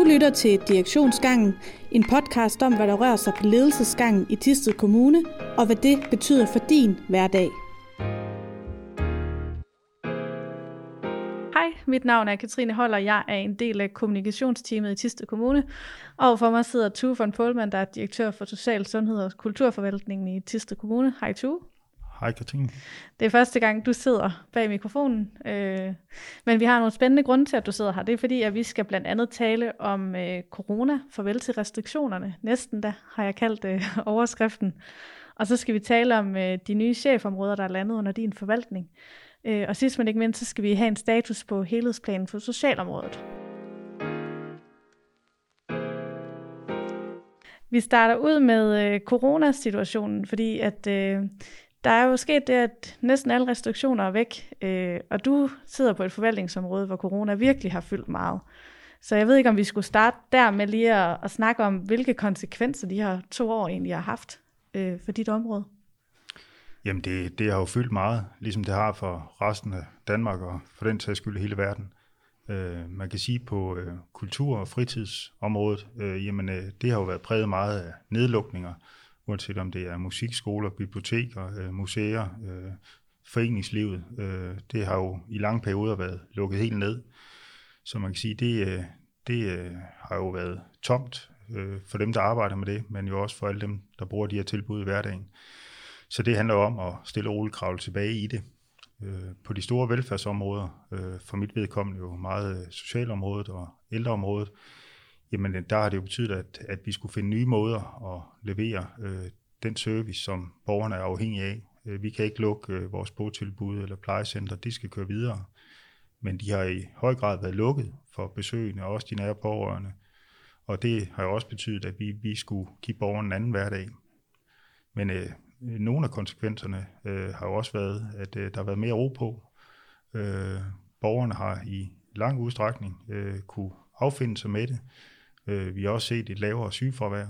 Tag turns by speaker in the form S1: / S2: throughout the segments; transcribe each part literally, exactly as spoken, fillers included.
S1: Du lytter til Direktionsgangen, en podcast om, hvad der rører sig på ledelsesgangen i Thisted Kommune, og hvad det betyder for din hverdag. Hej, mit navn er Katrine Holder, jeg er en del af kommunikationsteamet i Thisted Kommune, og for mig sidder Tue von Pohlmann, der er direktør for Social Sundhed og Kulturforvaltningen i Thisted Kommune. Hej Tue.
S2: Hej Katrine.
S1: Det er første gang, du sidder bag mikrofonen, øh, men vi har nogle spændende grunde til, at du sidder her. Det er fordi, at vi skal blandt andet tale om øh, corona, farvel til restriktionerne. Næsten da har jeg kaldt øh, overskriften. Og så skal vi tale om øh, de nye chefområder, der er landet under din forvaltning. Øh, og sidst men ikke mindst, så skal vi have en status på helhedsplanen for socialområdet. Vi starter ud med øh, coronasituationen, fordi at... Øh, Der er jo sket det, at næsten alle restriktioner er væk, øh, og du sidder på et forvaltningsområde, hvor corona virkelig har fyldt meget. Så jeg ved ikke, om vi skulle starte der med lige at, at snakke om, hvilke konsekvenser de her to år egentlig har haft øh, for dit område.
S2: Jamen det, det har jo fyldt meget, ligesom det har for resten af Danmark og for den sags skyld hele verden. Øh, man kan sige på øh, kultur- og fritidsområdet, øh, jamen øh, det har jo været præget meget af nedlukninger, uanset om det er musikskoler, biblioteker, øh, museer, øh, foreningslivet. Øh, det har jo i lange perioder været lukket helt ned. Så man kan sige, det, øh, det øh, har jo været tomt øh, for dem, der arbejder med det, men jo også for alle dem, der bruger de her tilbud i hverdagen. Så det handler om at stille og roligt kravle tilbage i det. Øh, på de store velfærdsområder, øh, for mit vedkommende jo meget socialområdet og ældreområdet, jamen der har det jo betydet, at, at vi skulle finde nye måder at levere øh, den service, som borgerne er afhængige af. Øh, vi kan ikke lukke øh, vores botilbud eller plejecenter, de skal køre videre. Men de har i høj grad været lukket for besøgende, og også de nære pårørende. Og det har jo også betydet, at vi, vi skulle give borgerne en anden hverdag. Men øh, nogle af konsekvenserne øh, har jo også været, at øh, der har været mere ro på. Øh, borgerne har i lang udstrækning øh, kunne affinde sig med det. Vi har også set et lavere sygefravær,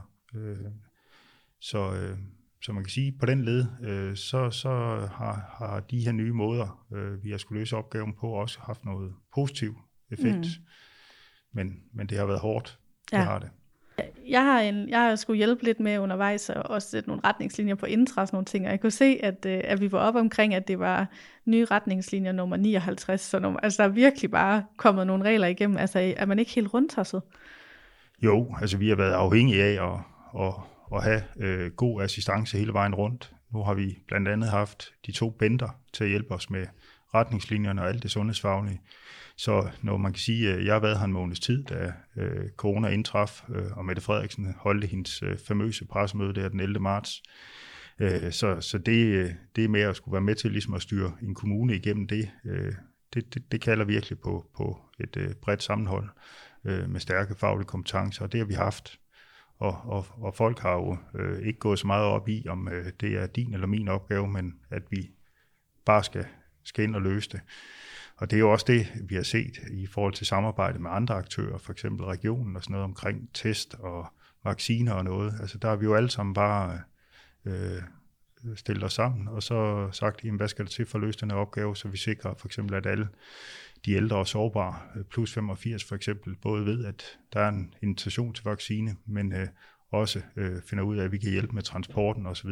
S2: så, så man kan sige, på den led, så, så har, har de her nye måder, vi har skulle løse opgaven på, også haft noget positiv effekt. Mm. Men, men det har været hårdt, det
S1: ja.
S2: har det.
S1: Jeg har, en, jeg har skulle hjælpe lidt med undervejs, og også sætte nogle retningslinjer på intra, sådan nogle ting, og jeg kunne se, at, at vi var op omkring, at det var nye retningslinjer nummer nioghalvtreds, så nummer, altså der er virkelig bare kommet nogle regler igennem, altså er man ikke helt rundtosset?
S2: Jo, altså vi har været afhængige af at, at, at have øh, god assistance hele vejen rundt. Nu har vi blandt andet haft de to benter til at hjælpe os med retningslinjerne og alt det sundhedsfaglige. Så når man kan sige, at jeg har været her en måneds tid, da øh, corona indtraf, øh, og Mette Frederiksen holdte hendes øh, famøse pressemøde der den ellevte marts. Øh, så så det, det med at skulle være med til ligesom at styre en kommune igennem det, øh, det, det, det kalder virkelig på, på et øh, bredt sammenhold med stærke faglige kompetencer, og det har vi haft. Og, og, og folk har jo øh, ikke gået så meget op i, om øh, det er din eller min opgave, men at vi bare skal, skal ind og løse det. Og det er jo også det, vi har set i forhold til samarbejde med andre aktører, for eksempel regionen og sådan noget omkring test og vacciner og noget. Altså der har vi jo alle sammen bare øh, stillet os sammen, og så sagt, jamen, hvad skal der til for at løse den her opgave, så vi sikrer for eksempel, at alle de ældre og sårbare, plus femogfirs for eksempel, både ved, at der er en invitation til vaccine, men øh, også øh, finder ud af, at vi kan hjælpe med transporten osv.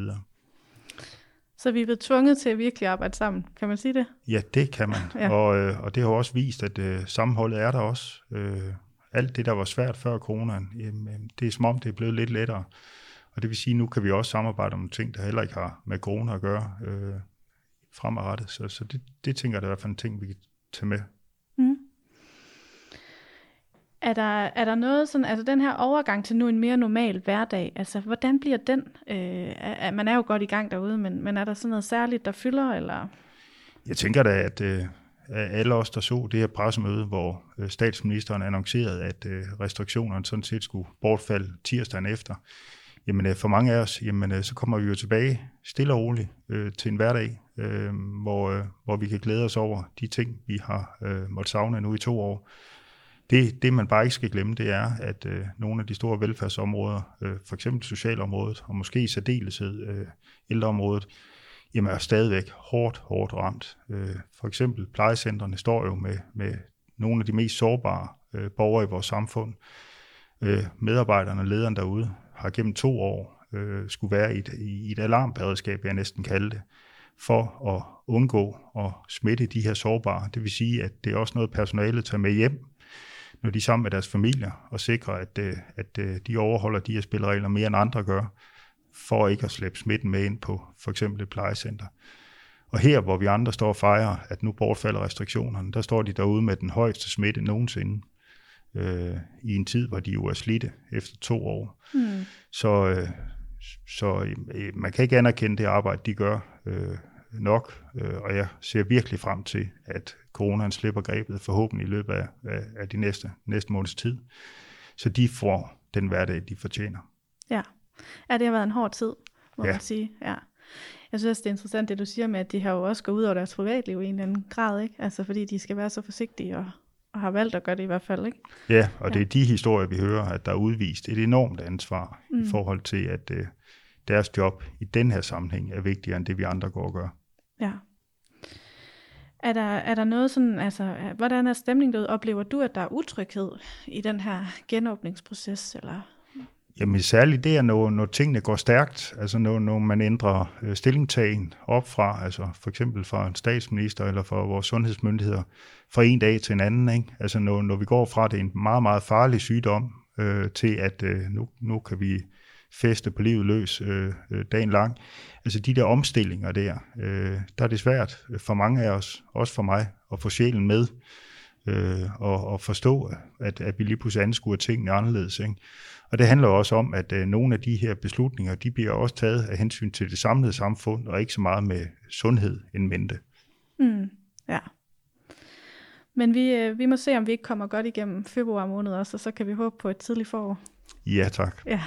S1: Så vi er blevet tvunget til at virkelig arbejde sammen, kan man sige det?
S2: Ja, det kan man, ja. og, øh, og det har også vist, at øh, sammenholdet er der også. Øh, alt det, der var svært før coronaen, øh, det er som om, det er blevet lidt lettere. Og det vil sige, at nu kan vi også samarbejde om ting, der heller ikke har med corona at gøre øh, fremadrettet. Så, så det, det tænker jeg, det er i hvert fald en ting, vi kan tage med.
S1: Mm. Er der, er der noget sådan, altså den her overgang til nu en mere normal hverdag, altså hvordan bliver den? Øh, er, man er jo godt i gang derude, men, men er der sådan noget særligt, der fylder, eller?
S2: Jeg tænker da, at øh, alle os, der så det her pressemøde, hvor øh, statsministeren annoncerede, at øh, restriktionerne sådan set skulle bortfalde tirsdagen efter, jamen øh, for mange af os, jamen øh, så kommer vi jo tilbage stille og roligt øh, til en hverdag, øh, hvor, øh, hvor vi kan glæde os over de ting, vi har øh, måttet savne nu i to år. Det, det man bare ikke skal glemme, det er, at øh, nogle af de store velfærdsområder, øh, for eksempel socialområdet, og måske i særdeleshed øh, ældreområdet, jamen er stadigvæk hårdt, hårdt ramt. Øh, for eksempel plejecentrene står jo med, med nogle af de mest sårbare øh, borgere i vores samfund. øh, medarbejderne og lederen derude har gennem to år øh, skulle være i et, i et alarmberedskab, jeg næsten kalde det, for at undgå at smitte de her sårbare. Det vil sige, at det er også noget, personalet tager med hjem, når de er sammen med deres familier, og sikrer, at, at de overholder de her spilleregler mere end andre gør, for ikke at slæbe smitten med ind på for eksempel et plejecenter. Og her, hvor vi andre står og fejrer, at nu bortfalder restriktionerne, der står de derude med den højeste smitte nogensinde, øh, i en tid, hvor de jo er slidte efter to år. Mm. Så, øh, så øh, man kan ikke anerkende det arbejde, de gør øh, nok, øh, og jeg ser virkelig frem til, at coronaen slipper grebet forhåbentlig i løbet af, af, af de næste, næste måneds tid, så de får den hverdag, de fortjener.
S1: Ja, ja det har været en hård tid, må
S2: ja.
S1: man sige. Ja. Jeg synes også, det er interessant, det du siger med, at de har jo også gået ud over deres privatliv i en eller anden grad, ikke? Altså fordi de skal være så forsigtige og, og har valgt at gøre det i hvert fald, ikke?
S2: Ja, og ja. Det er de historier, vi hører, at der er udvist et enormt ansvar mm. i forhold til, at uh, deres job i den her sammenhæng er vigtigere end det, vi andre går og gør.
S1: Ja. Er der, er der noget sådan, altså, hvordan er stemningen derude? Oplever du, at der er utryghed i den her genåbningsproces, eller?
S2: Jamen særligt det er, når, når tingene går stærkt, altså når, når man ændrer øh, stillingtagen op fra, altså for eksempel fra en statsminister eller fra vores sundhedsmyndigheder, fra en dag til en anden, ikke? Altså når, når vi går fra, det er en meget, meget farlig sygdom, øh, til at øh, nu, nu kan vi feste på livet løs øh, dagen lang. Altså de der omstillinger der, øh, der er det svært for mange af os, også for mig, at få sjælen med, øh, og, og forstå, at, at vi lige pludselig anskuer tingene anderledes, ikke? Og det handler også om, at øh, nogle af de her beslutninger, de bliver også taget af hensyn til det samlede samfund, og ikke så meget med sundhed in mente.
S1: Mm, ja. Men vi, øh, vi må se, om vi ikke kommer godt igennem februar måned også, og så kan vi håbe på et tidligt forår.
S2: Ja, tak.
S1: Ja.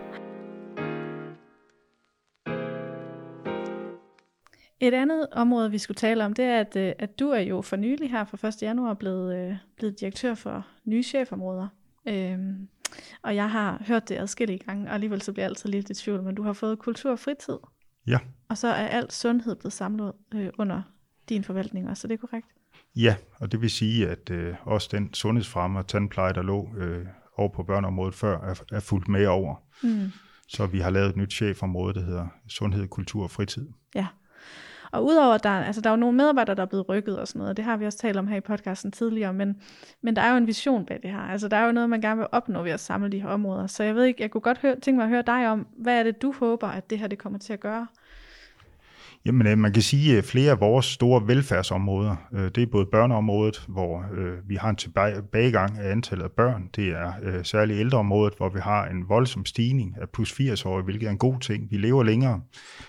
S1: Et andet område, vi skulle tale om, det er, at, at du er jo for nylig her fra første januar blevet, blevet direktør for nye chefområder. Øhm, og jeg har hørt det adskillige gange, og alligevel så bliver jeg altid lidt i tvivl, men du har fået kultur og fritid.
S2: Ja.
S1: Og så er alt sundhed blevet samlet øh, under din forvaltning også, så det er korrekt?
S2: Ja, og det vil sige, at øh, også den sundhedsfremme og tandpleje, der lå øh, over på børneområdet før, er, er fulgt med over. Mm. Så vi har lavet et nyt chefområde, der hedder sundhed, kultur og fritid.
S1: Ja. Og udover, der, altså der er jo nogle medarbejdere, der er blevet rykket og sådan noget, og det har vi også talt om her i podcasten tidligere, men, men der er jo en vision bag det her. Altså der er jo noget, man gerne vil opnå ved at samle de her områder. Så jeg ved ikke, jeg kunne godt høre, tænke mig at høre dig om, hvad er det, du håber, at det her det kommer til at gøre?
S2: Jamen, man kan sige, at flere af vores store velfærdsområder, det er både børneområdet, hvor vi har en tilbagegang af antallet af børn. Det er særligt ældreområdet, hvor vi har en voldsom stigning af plus firs år, hvilket er en god ting. Vi lever længere.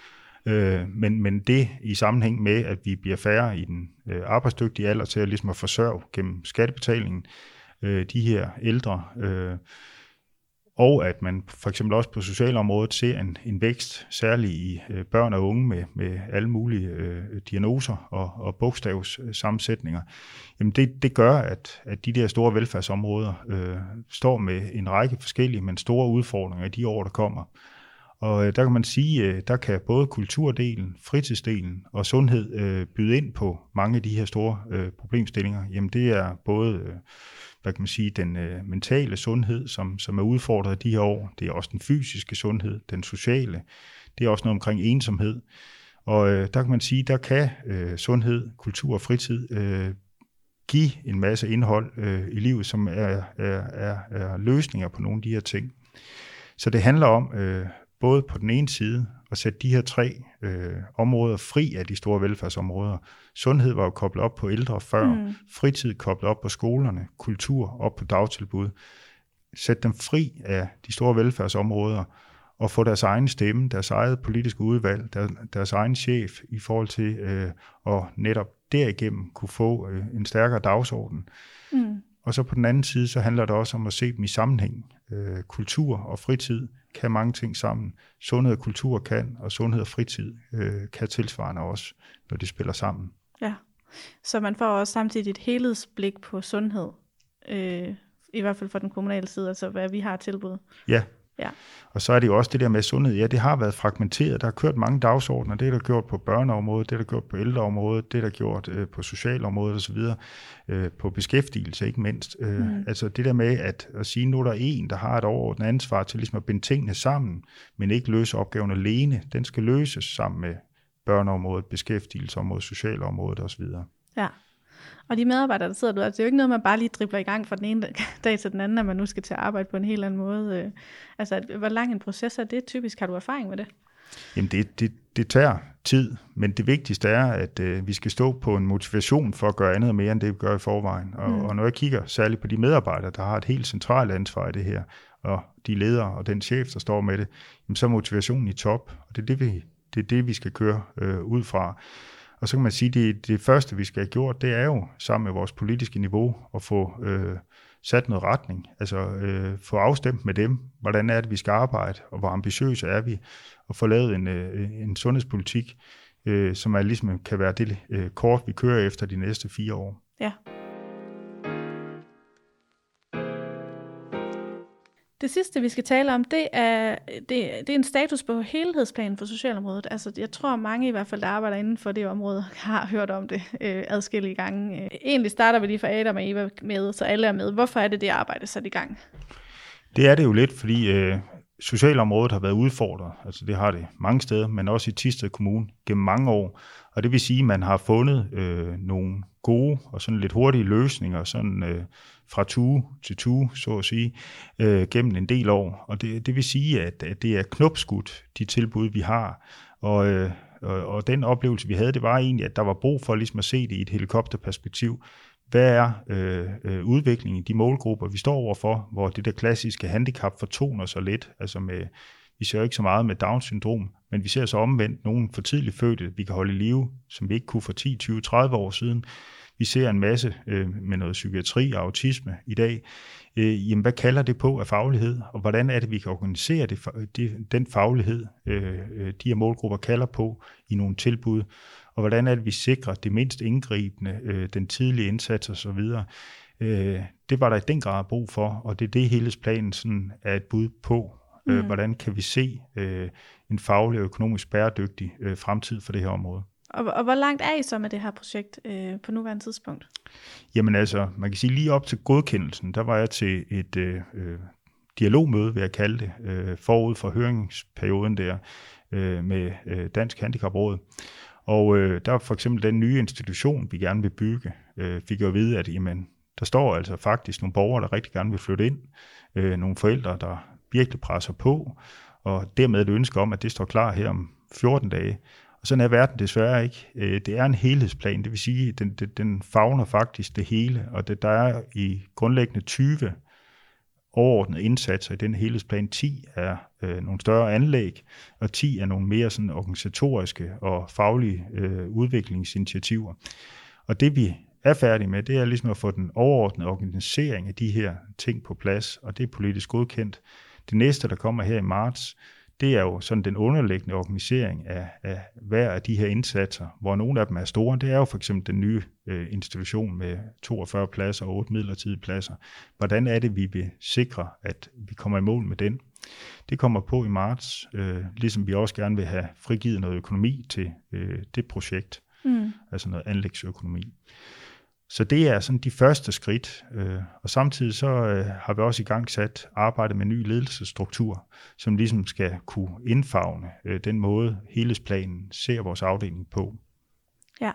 S2: Men, men det i sammenhæng med, at vi bliver færre i den arbejdsdygtige alder til at, ligesom at forsørge gennem skattebetalingen de her ældre, og at man for eksempel også på socialområdet ser en, en vækst, særligt i børn og unge med, med alle mulige øh, diagnoser og, og bogstavssammensætninger, jamen det, det gør, at, at de der store velfærdsområder øh, står med en række forskellige, men store udfordringer i de år, der kommer. Og der kan man sige, at der kan både kulturdelen, fritidsdelen og sundhed øh, byde ind på mange af de her store øh, problemstillinger. Jamen det er både, øh, hvad kan man sige, den øh, mentale sundhed, som, som er udfordret de her år. Det er også den fysiske sundhed, den sociale. Det er også noget omkring ensomhed. Og øh, der kan man sige, der kan øh, sundhed, kultur og fritid øh, give en masse indhold øh, i livet, som er, er, er, er løsninger på nogle af de her ting. Så det handler om øh, både på den ene side at sætte de her tre øh, områder fri af de store velfærdsområder. Sundhed var jo koblet op på ældre før, mm. fritid koblet op på skolerne, kultur op på dagtilbud. Sæt dem fri af de store velfærdsområder og få deres egen stemme, deres eget politiske udvalg, der, deres egen chef i forhold til øh, at netop derigennem kunne få øh, en stærkere dagsorden. Mm. Og så på den anden side, så handler det også om at se dem i sammenhæng. Øh, kultur og fritid kan mange ting sammen. Sundhed og kultur kan, og sundhed og fritid øh, kan tilsvarende også, når de spiller sammen.
S1: Ja, så man får også samtidig et helhedsblik på sundhed, øh, i hvert fald fra den kommunale side, altså hvad vi har tilbud.
S2: Ja,
S1: Ja.
S2: Og så er det jo også det der med sundhed. Ja, det har været fragmenteret. Der har kørt mange dagsordner. Det er der gjort på børneområdet, det er der gjort på ældreområdet, det er der gjort øh, på socialområdet osv., øh, på beskæftigelse ikke mindst. Øh, mm. Altså det der med at, at sige, nu er der en, der har et overordnet ansvar til ligesom at binde tingene sammen, men ikke løse opgaven alene. Den skal løses sammen med børneområdet, beskæftigelsesområdet, socialområdet osv.
S1: Ja. Og de medarbejdere, der sidder du, altså det er jo ikke noget, man bare lige dribler i gang fra den ene dag til den anden, at man nu skal til at arbejde på en helt anden måde. Altså, hvor lang en proces er det typisk? Har du erfaring med det?
S2: Jamen, det, det, det tager tid, men det vigtigste er, at øh, vi skal stå på en motivation for at gøre andet og mere, end det vi gør i forvejen. Og, mm. og når jeg kigger særligt på de medarbejdere, der har et helt centralt ansvar i det her, og de ledere og den chef, der står med det, jamen, så er motivationen i top, og det er det, vi, det, er det, vi skal køre øh, ud fra. Og så kan man sige, at det, det første, vi skal have gjort, det er jo sammen med vores politiske niveau at få øh, sat noget retning, altså øh, få afstemt med dem, hvordan er det, vi skal arbejde, og hvor ambitiøse er vi, og få lavet en, øh, en sundhedspolitik, øh, som er ligesom kan være det øh, kort, vi kører efter de næste fire år.
S1: Ja. Det sidste, vi skal tale om, det er, det, det er en status på helhedsplanen for socialområdet. Altså, jeg tror, mange i hvert fald, der arbejder inden for det område, har hørt om det øh, adskillige gange. Øh, egentlig starter vi lige fra Adam og Eva med, så alle er med. Hvorfor er det det arbejde sat i gang?
S2: Det er det jo lidt, fordi øh, socialområdet har været udfordret. Altså, det har det mange steder, men også i Thisted Kommune gennem mange år. Og det vil sige, at man har fundet øh, nogle gode og sådan lidt hurtige løsninger, sådan øh, fra tue til tue, så at sige, øh, gennem en del år. Og det, det vil sige, at, at det er knopskudt, de tilbud, vi har. Og, øh, og, og den oplevelse, vi havde, det var egentlig, at der var brug for ligesom at se det i et helikopterperspektiv. Hvad er øh, øh, udviklingen i de målgrupper, vi står overfor, hvor det der klassiske handicap fortoner sig lidt, altså med, vi ser jo ikke så meget med Down-syndrom, men vi ser så omvendt nogle for tidligt fødte, vi kan holde i live, som vi ikke kunne for ti, tyve, tredive år siden. Vi ser en masse øh, med noget psykiatri og autisme i dag. Øh, jamen, hvad kalder det på af faglighed, og hvordan er det, vi kan organisere det, det, den faglighed, øh, de her målgrupper kalder på i nogle tilbud, og hvordan er det, vi sikrer det mindst indgribende, øh, den tidlige indsats osv. Øh, det var der i den grad brug for, og det er det, helhedsplanen sådan er et bud på. Mm. Øh, hvordan kan vi se øh, en faglig og økonomisk bæredygtig øh, fremtid for det her område.
S1: Og, og hvor langt er I så med det her projekt øh, på nuværende tidspunkt?
S2: Jamen altså, man kan sige lige op til godkendelsen, der var jeg til et øh, dialogmøde, vil jeg kalde det, øh, forud for høringsperioden der øh, med øh, Dansk Handicapråd. Og øh, der var for eksempel den nye institution, vi gerne vil bygge, øh, fik jeg at vide, at jamen, der står altså faktisk nogle borgere, der rigtig gerne vil flytte ind, øh, nogle forældre, der virkelig presser på, og dermed et ønske om, at det står klar her om fjorten dage. Og sådan er verden desværre ikke. Det er en helhedsplan, det vil sige, at den, den, den favner faktisk det hele, og det, der er i grundlæggende tyve overordnede indsatser i den helhedsplan. ti er øh, nogle større anlæg, og ti er nogle mere sådan organisatoriske og faglige øh, udviklingsinitiativer. Og det vi er færdige med, det er ligesom at få den overordnede organisering af de her ting på plads, og det er politisk godkendt. Det næste, der kommer her i marts, det er jo sådan den underliggende organisering af, af hver af de her indsatser, hvor nogle af dem er store. Det er jo for eksempel den nye øh, institution med toogfyrre pladser og otte midlertidige pladser. Hvordan er det, vi vil sikre, at vi kommer i mål med den? Det kommer på i marts, øh, ligesom vi også gerne vil have frigivet noget økonomi til øh, det projekt, mm. altså noget anlægsøkonomi. Så det er sådan de første skridt, øh, og samtidig så øh, har vi også i gang sat arbejde med ny ledelsesstruktur, som ligesom skal kunne indfavne øh, den måde, helhedsplanen ser vores afdeling på. Ja,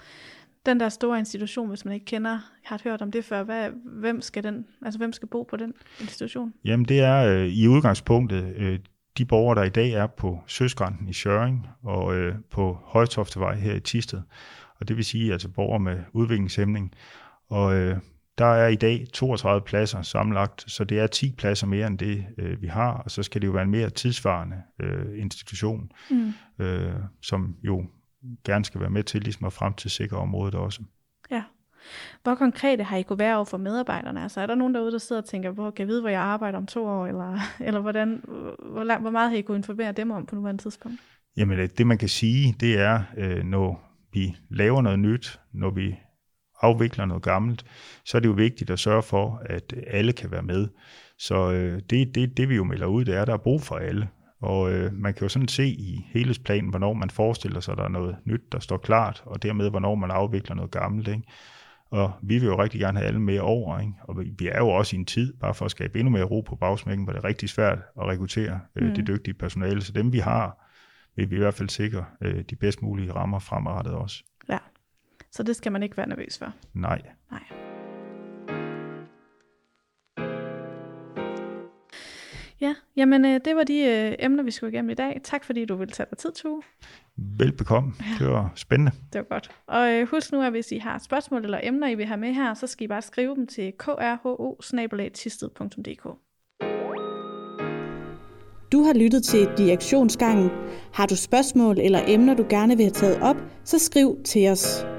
S1: den der store institution, hvis man ikke kender, har hørt om det før, hvad, hvem skal den, altså hvem skal bo på den institution?
S2: Jamen det er øh, i udgangspunktet øh, de borgere, der i dag er på Søskrænten i Skjørring og øh, på Højtoftevej her i Thisted. Og det vil sige altså borgere med udviklingshæmning. Og øh, der er i dag toogtredive pladser sammenlagt, så det er ti pladser mere end det, øh, vi har. Og så skal det jo være en mere tidsvarende øh, institution, mm. øh, som jo gerne skal være med til ligesom at fremtidssikre området også.
S1: Ja. Hvor konkrete har I kunne være over for medarbejderne? Altså er der nogen derude, der sidder og tænker, hvor kan jeg vide, hvor jeg arbejder om to år? Eller, eller hvordan, hvor, langt, hvor meget har I kunne informere dem om på nuværende tidspunkt?
S2: Jamen det man kan sige, det er, øh, når vi laver noget nyt, når vi afvikler noget gammelt, så er det jo vigtigt at sørge for, at alle kan være med. Så øh, det, det, det vi jo melder ud, det er, at der er brug for alle. Og øh, man kan jo sådan se i helhedsplanen, hvornår man forestiller sig, at der er noget nyt, der står klart, og dermed, hvornår man afvikler noget gammelt, ikke? Og vi vil jo rigtig gerne have alle med over, ikke? Og vi er jo også i en tid, bare for at skabe endnu mere ro på bagsmækken, hvor det er rigtig svært at rekruttere øh, mm. det dygtige personale. Så dem vi har, vil vi i hvert fald sikre øh, de bedst mulige rammer fremadrettet også.
S1: Ja, så det skal man ikke være nervøs for?
S2: Nej.
S1: Nej. Ja, jamen det var de øh, emner, vi skulle igennem i dag. Tak fordi du ville tage dig tid, Tue.
S2: Velbekomme. Ja. Det var spændende.
S1: Det var godt. Og øh, husk nu, at hvis I har spørgsmål eller emner, I vil have med her, så skal I bare skrive dem til k r h o bindestreg thisted punktum d k.
S3: Du har lyttet til Direktionsgangen. Har du spørgsmål eller emner, du gerne vil have taget op, så skriv til os.